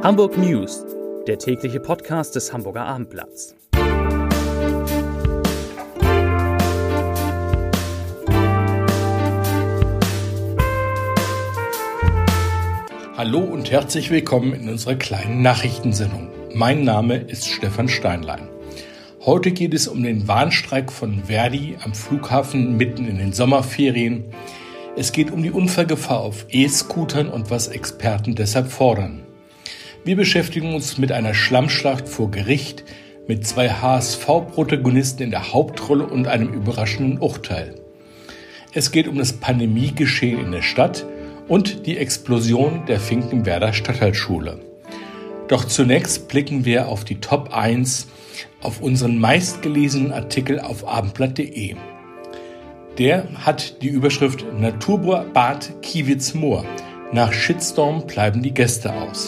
Hamburg News, der tägliche Podcast des Hamburger Abendblatts. Hallo und herzlich willkommen in unserer kleinen Nachrichtensendung. Mein Name ist Stefan Steinlein. Heute geht es um den Warnstreik von Verdi am Flughafen mitten in den Sommerferien. Es geht um die Unfallgefahr auf E-Scootern und was Experten deshalb fordern. Wir beschäftigen uns mit einer Schlammschlacht vor Gericht, mit 2 HSV-Protagonisten in der Hauptrolle und einem überraschenden Urteil. Es geht um das Pandemiegeschehen in der Stadt und die Explosion der Finkenwerder Stadtteilschule. Doch zunächst blicken wir auf die Top 1 auf unseren meistgelesenen Artikel auf abendblatt.de. Der hat die Überschrift Naturbad Kiewitz-Moor. Nach Shitstorm bleiben die Gäste aus.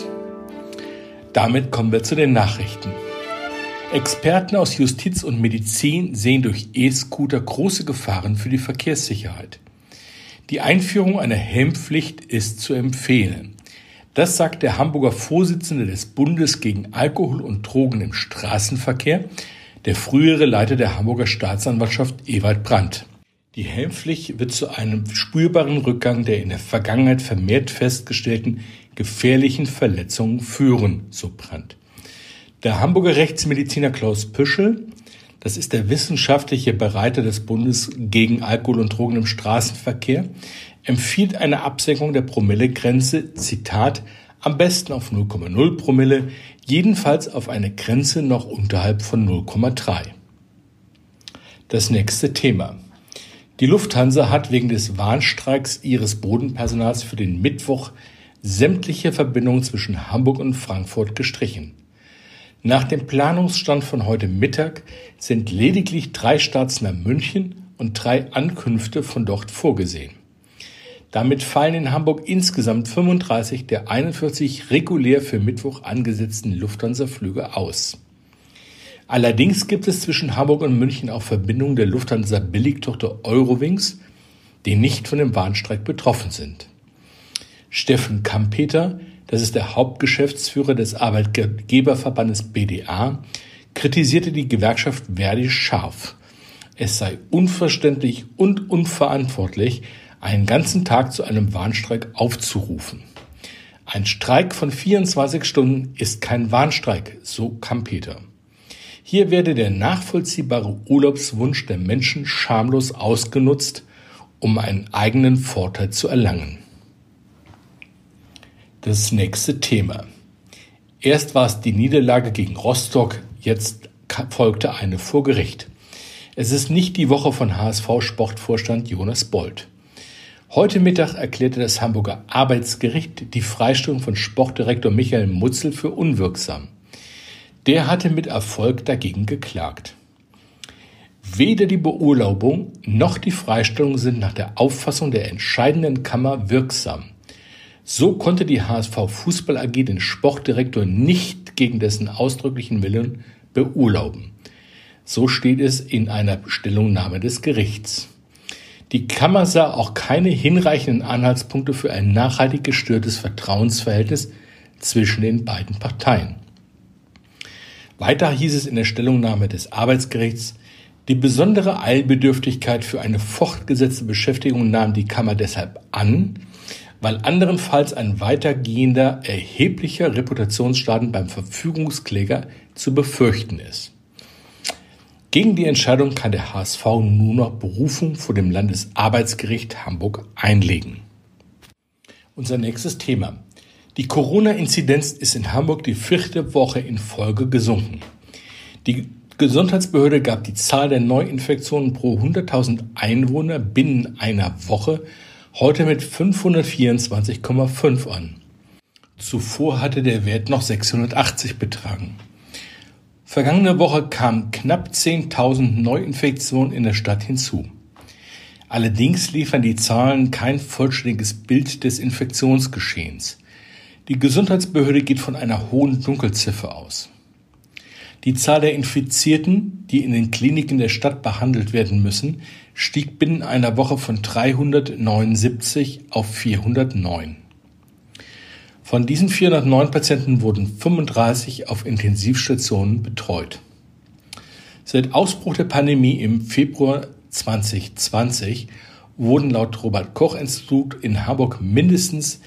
Damit kommen wir zu den Nachrichten. Experten aus Justiz und Medizin sehen durch E-Scooter große Gefahren für die Verkehrssicherheit. Die Einführung einer Helmpflicht ist zu empfehlen. Das sagt der Hamburger Vorsitzende des Bundes gegen Alkohol und Drogen im Straßenverkehr, der frühere Leiter der Hamburger Staatsanwaltschaft Ewald Brandt. Die Helmpflicht wird zu einem spürbaren Rückgang der in der Vergangenheit vermehrt festgestellten gefährlichen Verletzungen führen, so Brandt. Der Hamburger Rechtsmediziner Klaus Püschel, das ist der wissenschaftliche Berater des Bundes gegen Alkohol und Drogen im Straßenverkehr, empfiehlt eine Absenkung der Promillegrenze, Zitat, am besten auf 0,0 Promille, jedenfalls auf eine Grenze noch unterhalb von 0,3. Das nächste Thema. Die Lufthansa hat wegen des Warnstreiks ihres Bodenpersonals für den Mittwoch sämtliche Verbindungen zwischen Hamburg und Frankfurt gestrichen. Nach dem Planungsstand von heute Mittag sind lediglich 3 Starts nach München und 3 Ankünfte von dort vorgesehen. Damit fallen in Hamburg insgesamt 35 der 41 regulär für Mittwoch angesetzten Lufthansa-Flüge aus. Allerdings gibt es zwischen Hamburg und München auch Verbindungen der Lufthansa-Billigtochter Eurowings, die nicht von dem Warnstreik betroffen sind. Steffen Kampeter, das ist der Hauptgeschäftsführer des Arbeitgeberverbandes BDA, kritisierte die Gewerkschaft Verdi scharf. Es sei unverständlich und unverantwortlich, einen ganzen Tag zu einem Warnstreik aufzurufen. Ein Streik von 24 Stunden ist kein Warnstreik, so Kampeter. Hier werde der nachvollziehbare Urlaubswunsch der Menschen schamlos ausgenutzt, um einen eigenen Vorteil zu erlangen. Das nächste Thema. Erst war es die Niederlage gegen Rostock, jetzt folgte eine vor Gericht. Es ist nicht die Woche von HSV-Sportvorstand Jonas Bold. Heute Mittag erklärte das Hamburger Arbeitsgericht die Freistellung von Sportdirektor Michael Mutzel für unwirksam. Der hatte mit Erfolg dagegen geklagt. Weder die Beurlaubung noch die Freistellung sind nach der Auffassung der entscheidenden Kammer wirksam. So konnte die HSV Fußball AG den Sportdirektor nicht gegen dessen ausdrücklichen Willen beurlauben. So steht es in einer Stellungnahme des Gerichts. Die Kammer sah auch keine hinreichenden Anhaltspunkte für ein nachhaltig gestörtes Vertrauensverhältnis zwischen den beiden Parteien. Weiter hieß es in der Stellungnahme des Arbeitsgerichts, die besondere Eilbedürftigkeit für eine fortgesetzte Beschäftigung nahm die Kammer deshalb an, weil anderenfalls ein weitergehender, erheblicher Reputationsschaden beim Verfügungskläger zu befürchten ist. Gegen die Entscheidung kann der HSV nun noch Berufung vor dem Landesarbeitsgericht Hamburg einlegen. Unser nächstes Thema. Die Corona-Inzidenz ist in Hamburg die 4. Woche in Folge gesunken. Die Gesundheitsbehörde gab die Zahl der Neuinfektionen pro 100.000 Einwohner binnen einer Woche heute mit 524,5 an. Zuvor hatte der Wert noch 680 betragen. Vergangene Woche kamen knapp 10.000 Neuinfektionen in der Stadt hinzu. Allerdings liefern die Zahlen kein vollständiges Bild des Infektionsgeschehens. Die Gesundheitsbehörde geht von einer hohen Dunkelziffer aus. Die Zahl der Infizierten, die in den Kliniken der Stadt behandelt werden müssen, stieg binnen einer Woche von 379 auf 409. Von diesen 409 Patienten wurden 35 auf Intensivstationen betreut. Seit Ausbruch der Pandemie im Februar 2020 wurden laut Robert-Koch-Institut in Hamburg mindestens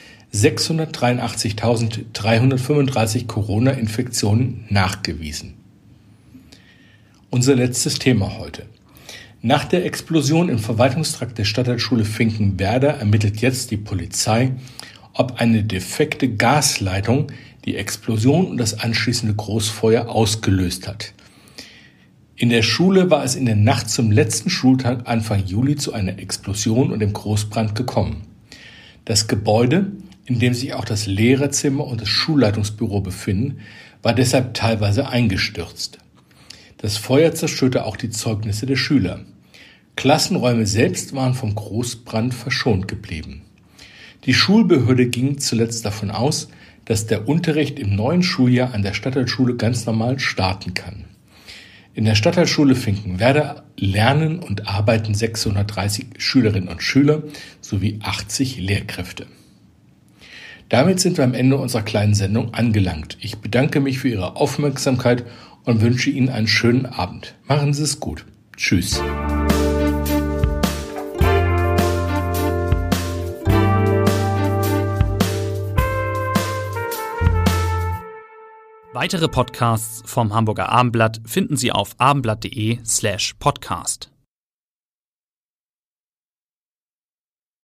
683.335 Corona-Infektionen nachgewiesen. Unser letztes Thema heute. Nach der Explosion im Verwaltungstrakt der Stadtteilschule Finkenwerder ermittelt jetzt die Polizei, ob eine defekte Gasleitung die Explosion und das anschließende Großfeuer ausgelöst hat. In der Schule war es in der Nacht zum letzten Schultag Anfang Juli zu einer Explosion und dem Großbrand gekommen. Das Gebäude, in dem sich auch das Lehrerzimmer und das Schulleitungsbüro befinden, war deshalb teilweise eingestürzt. Das Feuer zerstörte auch die Zeugnisse der Schüler. Klassenräume selbst waren vom Großbrand verschont geblieben. Die Schulbehörde ging zuletzt davon aus, dass der Unterricht im neuen Schuljahr an der Stadtteilschule ganz normal starten kann. In der Stadtteilschule Finkenwerder lernen und arbeiten 630 Schülerinnen und Schüler sowie 80 Lehrkräfte. Damit sind wir am Ende unserer kleinen Sendung angelangt. Ich bedanke mich für Ihre Aufmerksamkeit und wünsche Ihnen einen schönen Abend. Machen Sie es gut. Tschüss. Weitere Podcasts vom Hamburger Abendblatt finden Sie auf abendblatt.de/podcast.